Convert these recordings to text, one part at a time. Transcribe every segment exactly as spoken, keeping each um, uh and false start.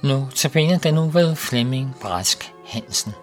Nu tabiner den nu ved Flemming Brask Hansen.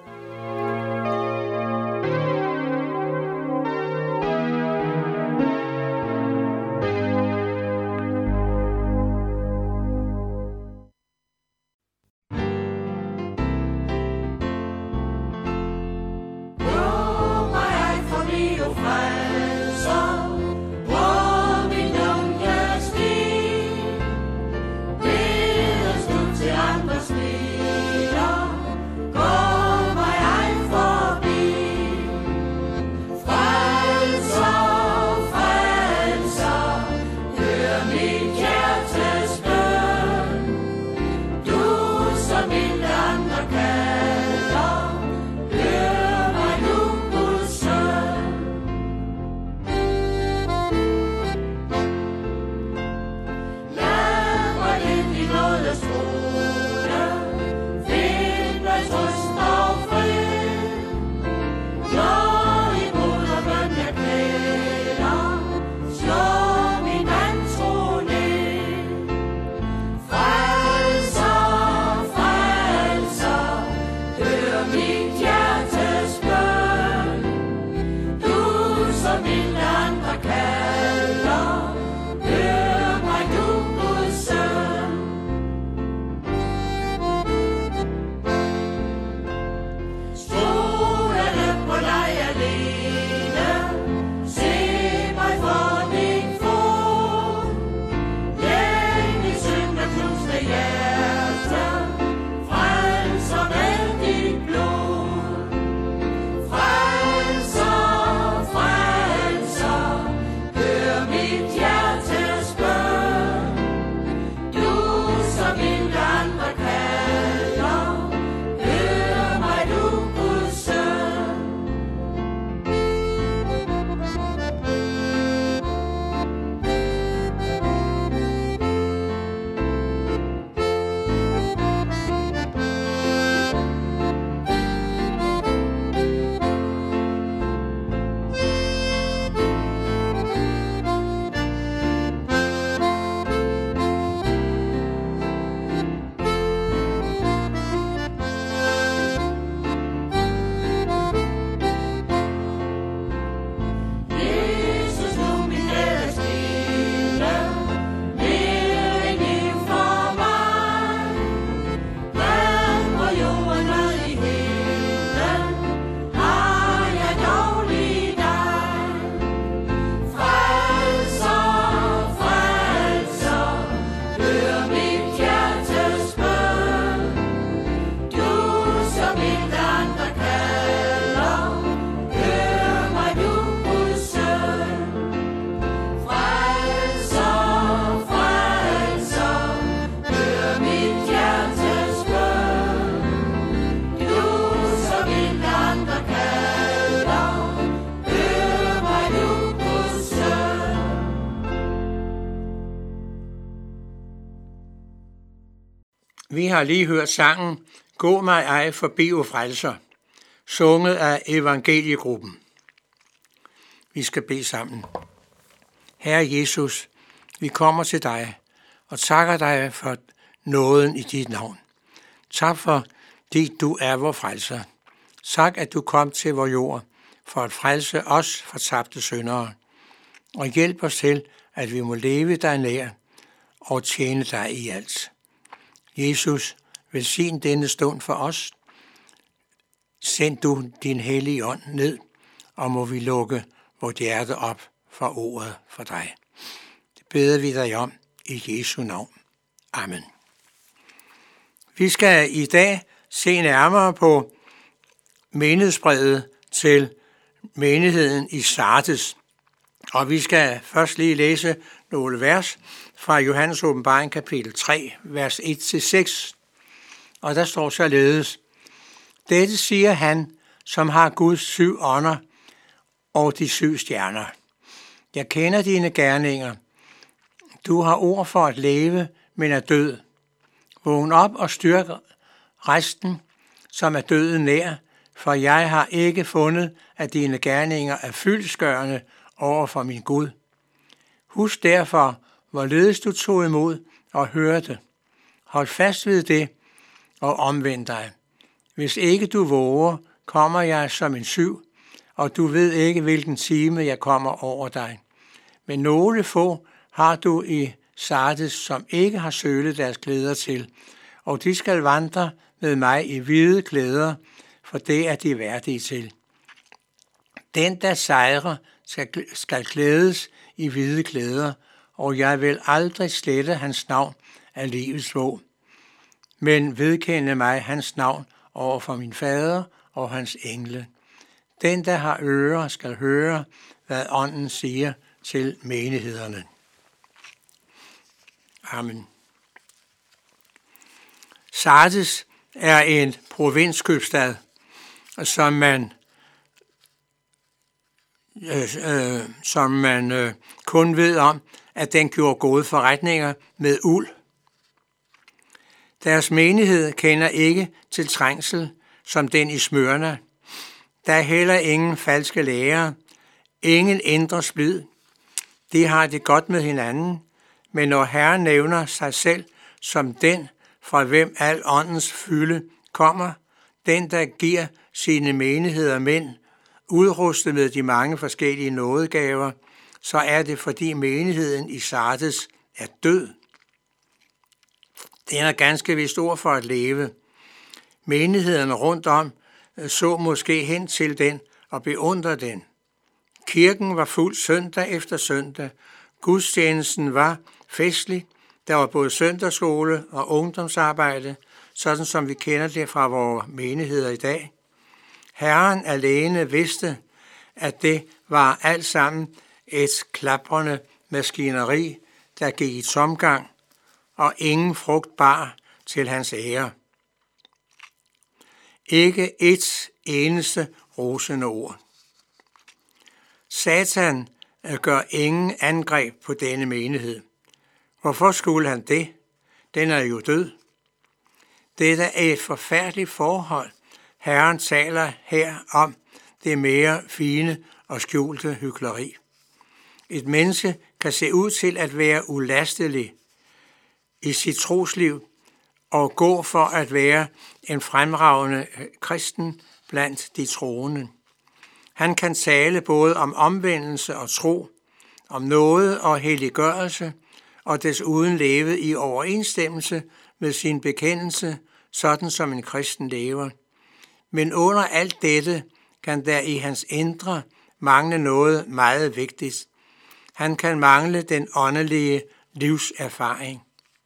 Vi har lige hørt sangen Gå mig ej forbi o frelser, sunget af Evangeliegruppen. Vi skal bede sammen. Herre Jesus, vi kommer til dig og takker dig for nåden i dit navn. Tak for det, du er vor frelser. Tak, at du kom til vor jord for at frelse os fortabte syndere. Og hjælp os til, at vi må leve dig nær og tjene dig i alt. Jesus, velsign denne stund for os. Send du din hellige ånd ned, og må vi lukke vores hjerte op for ordet for dig. Det beder vi dig om i Jesu navn. Amen. Vi skal i dag se nærmere på menighedsbrevet til menigheden i Sardes. Og vi skal først lige læse nogle vers fra Johannes åbenbaring kapitel tre, vers et til seks. Og der står således: Dette siger han, som har Guds syv ånder og de syv stjerner. Jeg kender dine gerninger. Du har ord for at leve, men er død. Vågn op og styrk resten, som er døden nær, for jeg har ikke fundet, at dine gerninger er fyldestgørende over for min Gud. Husk derfor, hvorledes du tog imod og hørte. Hold fast ved det, og omvend dig. Hvis ikke du våger, kommer jeg som en syv, og du ved ikke, hvilken time jeg kommer over dig. Men nogle få har du i Sardes, som ikke har sølet deres klæder til, og de skal vandre med mig i hvide klæder, for det er de værdige til. Den, der sejrer, skal klædes i hvide klæder, og jeg vil aldrig slette hans navn af livets bog, men vedkende mig hans navn over for min fader og hans engle. Den, der har ører, skal høre, hvad ånden siger til menighederne. Amen. Sardes er en provinskøbstad, som man, øh, øh, som man øh, kun ved om, at den gjorde gode forretninger med uld. Deres menighed kender ikke til trængsel som den i Smyrna. Der er heller ingen falske lærere, ingen indre splid. De har det godt med hinanden, men når Herren nævner sig selv som den, fra hvem al åndens fylde kommer, den, der giver sine menigheder mænd, udrustet med de mange forskellige nådegaver, så er det, fordi menigheden i Sardes er død. Den er ganske vist ord for at leve. Menigheden rundt om så måske hen til den og beundrer den. Kirken var fuld søndag efter søndag. Gudstjenesten var festlig. Der var både søndagsskole og ungdomsarbejde, sådan som vi kender det fra vores menigheder i dag. Herren alene vidste, at det var alt sammen et klaprende maskineri, der gik i tomgang, og ingen frugt bar til hans ære. Ikke et eneste rosende ord. Satan gør ingen angreb på denne menighed. Hvorfor skulle han det? Den er jo død. Dette er et forfærdeligt forhold. Herren taler her om det mere fine og skjulte hykleri. Et menneske kan se ud til at være ulastelig i sit trosliv og gå for at være en fremragende kristen blandt de troende. Han kan tale både om omvendelse og tro, om nåde og helliggørelse, og desuden leve i overensstemmelse med sin bekendelse, sådan som en kristen lever. Men under alt dette kan der i hans indre mangle noget meget vigtigt. Han kan mangle den åndelige livserfaring.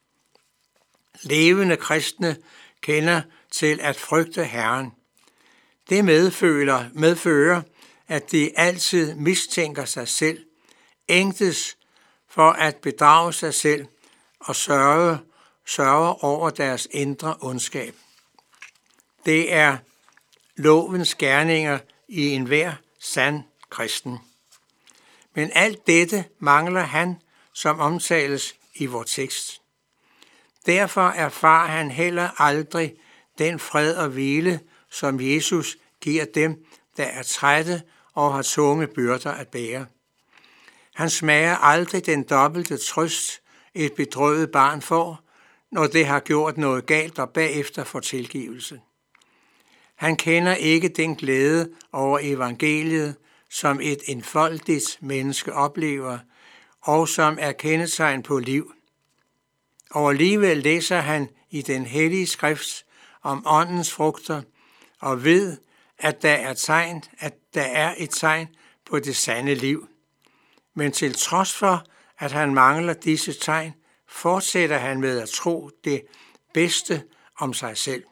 Levende kristne kender til at frygte Herren. Det medføler, medfører, at de altid mistænker sig selv, ængtes for at bedrage sig selv og sørge, sørge over deres indre ondskab. Det er lovens gerninger i enhver sand kristen. Men alt dette mangler han, som omtales i vor tekst. Derfor erfarer han heller aldrig den fred og hvile, som Jesus giver dem, der er trætte og har tunge byrder at bære. Han smager aldrig den dobbelte trøst, et bedrøvet barn får, når det har gjort noget galt og bagefter får tilgivelse. Han kender ikke den glæde over evangeliet, som et enfoldigt menneske oplever, og som er kendetegn på liv. Og alligevel læser han i den hellige skrift om åndens frugter, og ved, at der er tegn, at der er et tegn på det sande liv. Men til trods for, at han mangler disse tegn, fortsætter han med at tro det bedste om sig selv.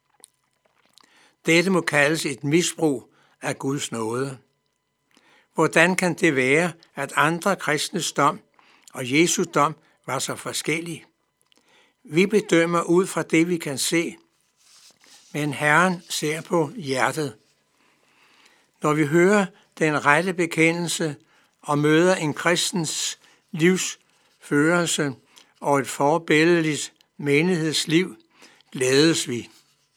Dette må kaldes et misbrug af Guds nåde. Hvordan kan det være, at andre kristnes dom og Jesu dom var så forskellige? Vi bedømmer ud fra det, vi kan se, men Herren ser på hjertet. Når vi hører den rette bekendelse og møder en kristens livsførelse og et forbilledeligt menighedsliv, glædes vi.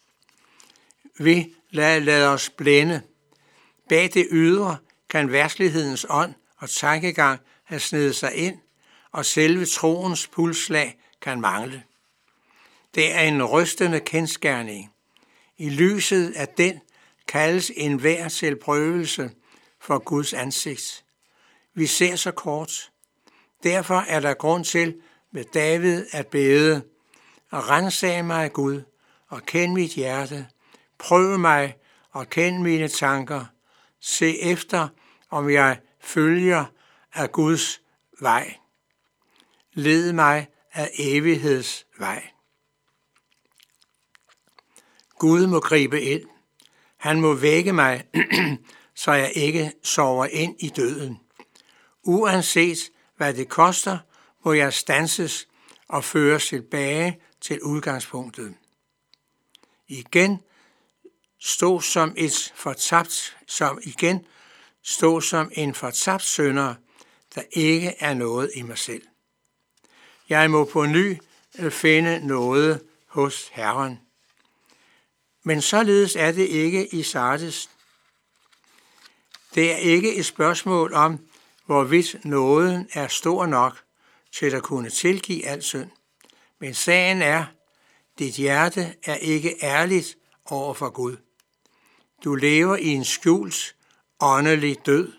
Vi lader, lader os blænde. Bag det ydre kan verdslighedens ånd og tankegang have snedet sig ind, og selve troens pulsslag kan mangle. Det er en rystende kendsgerning. I lyset af den kaldes enhver selvprøvelse for Guds ansigt. Vi ser så kort. Derfor er der grund til med David at bede: Ransag mig, Gud, og kend mit hjerte. Prøv mig og kend mine tanker. Se efter, om jeg følger af Guds vej. Led mig af evighedsvej. Gud må gribe ind. Han må vække mig, så jeg ikke sover ind i døden. Uanset hvad det koster, må jeg standses og føres tilbage til udgangspunktet. Igen stå som et fortabt, som igen stå som en fortabt synder, der ikke er noget i mig selv. Jeg må på ny finde noget hos Herren. Men således er det ikke i Sardes. Det er ikke et spørgsmål om, hvorvidt nåden er stor nok til at kunne tilgive al synd. Men sagen er, dit hjerte er ikke ærligt over for Gud. Du lever i en skjult, åndelig død.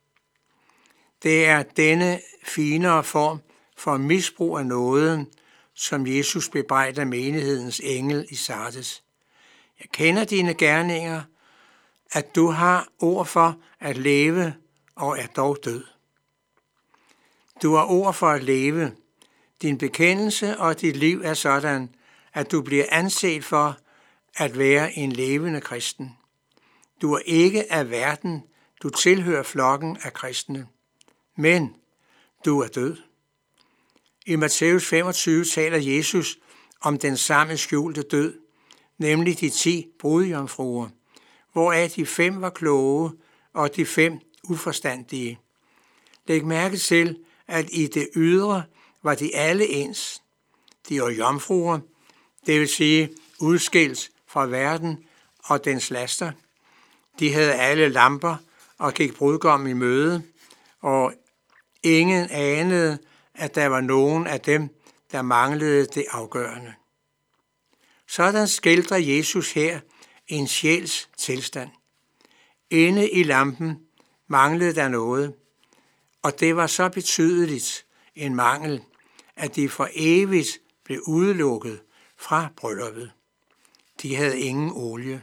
Det er denne finere form for misbrug af nåden, som Jesus bebrejder menighedens engel i Sardes. Jeg kender dine gerninger, at du har ord for at leve og er dog død. Du har ord for at leve. Din bekendelse og dit liv er sådan, at du bliver anset for at være en levende kristen. Du er ikke af verden, du tilhører flokken af kristne. Men du er død. I Matthæus femogtyve taler Jesus om den samme skjulte død, nemlig de ti brudjomfruer, hvoraf de fem var kloge og de fem uforstandige. Læg mærke til, at i det ydre var de alle ens. De var jomfruer, det vil sige udskilt fra verden og dens laster. De havde alle lamper og gik brudgommen i møde, og ingen anede, at der var nogen af dem, der manglede det afgørende. Sådan skildrer Jesus her en sjæls tilstand. Inde i lampen manglede der noget, og det var så betydeligt en mangel, at de for evigt blev udelukket fra brylluppet. De havde ingen olie.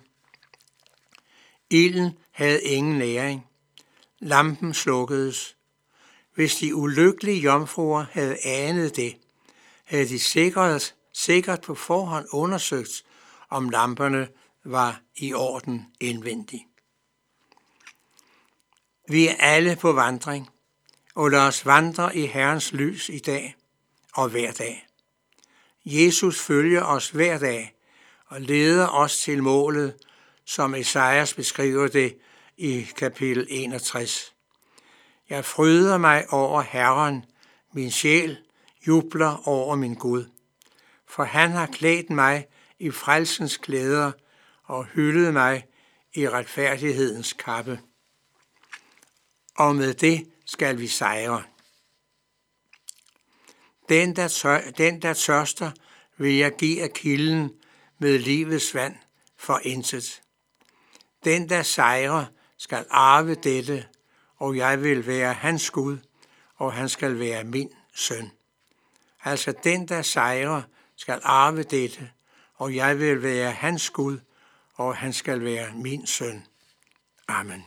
Ilden havde ingen næring. Lampen slukkedes. Hvis de ulykkelige jomfruer havde anet det, havde de sikkert, sikkert på forhånd undersøgt, om lamperne var i orden indvendigt. Vi er alle på vandring, og lad os vandre i Herrens lys i dag og hver dag. Jesus følger os hver dag og leder os til målet, som Esajas beskriver det i kapitel enogtres. Jeg fryder mig over Herren, min sjæl jubler over min Gud, for han har klædt mig i frelsens klæder og hyldet mig i retfærdighedens kappe. Og med det skal vi sejre. Den der, tør, den, der tørster, vil jeg give af kilden med livets vand for intet. Den, der sejrer, skal arve dette, og jeg vil være hans Gud, og han skal være min søn. Altså den, der sejrer, skal arve dette, og jeg vil være hans Gud, og han skal være min søn. Amen.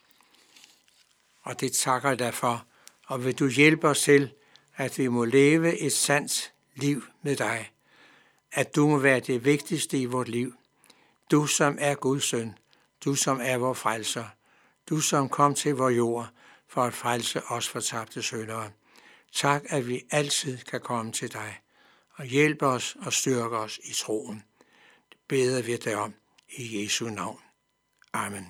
Og det takker jeg dig for, og vil du hjælpe os til, at vi må leve et sandt liv med dig. At du må være det vigtigste i vort liv. Du, som er Guds søn. Du, som er vor frelser. Du, som kom til vor jord for at frelse os fortabte syndere. Tak, at vi altid kan komme til dig og hjælpe os og styrke os i troen. Det beder vi dig om i Jesu navn. Amen.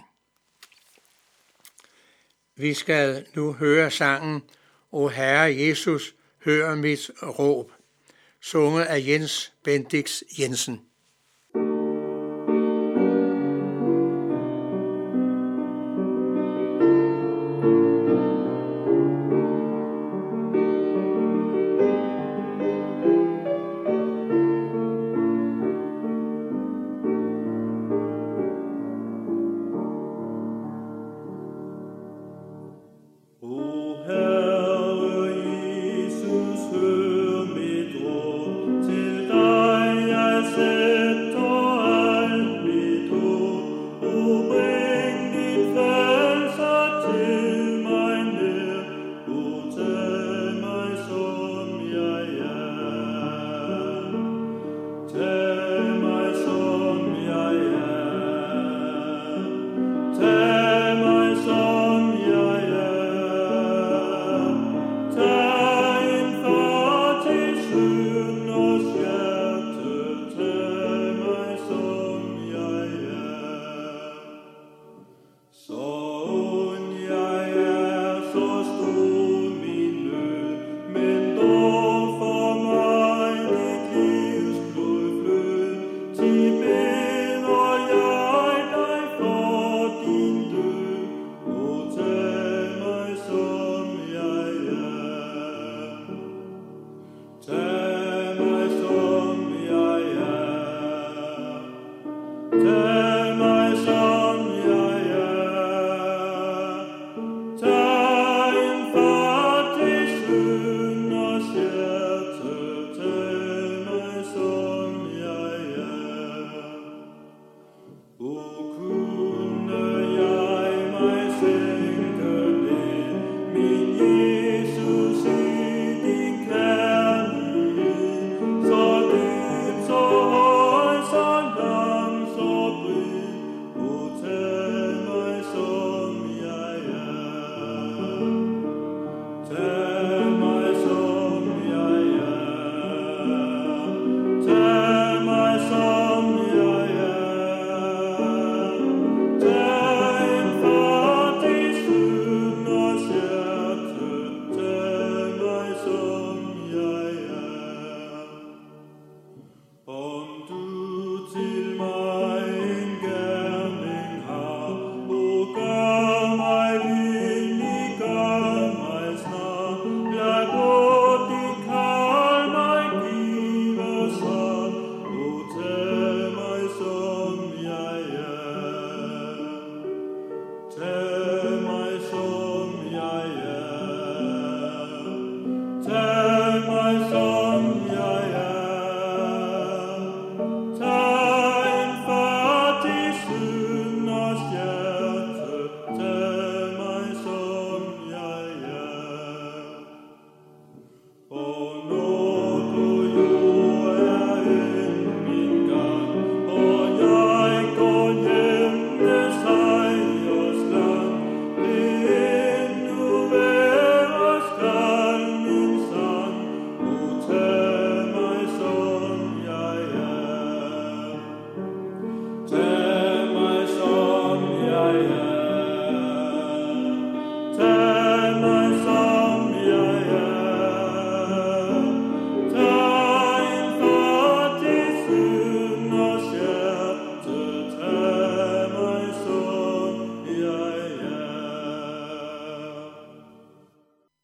Vi skal nu høre sangen O Herre Jesus, hør mit råb, sunget af Jens Bendix Jensen. Herre.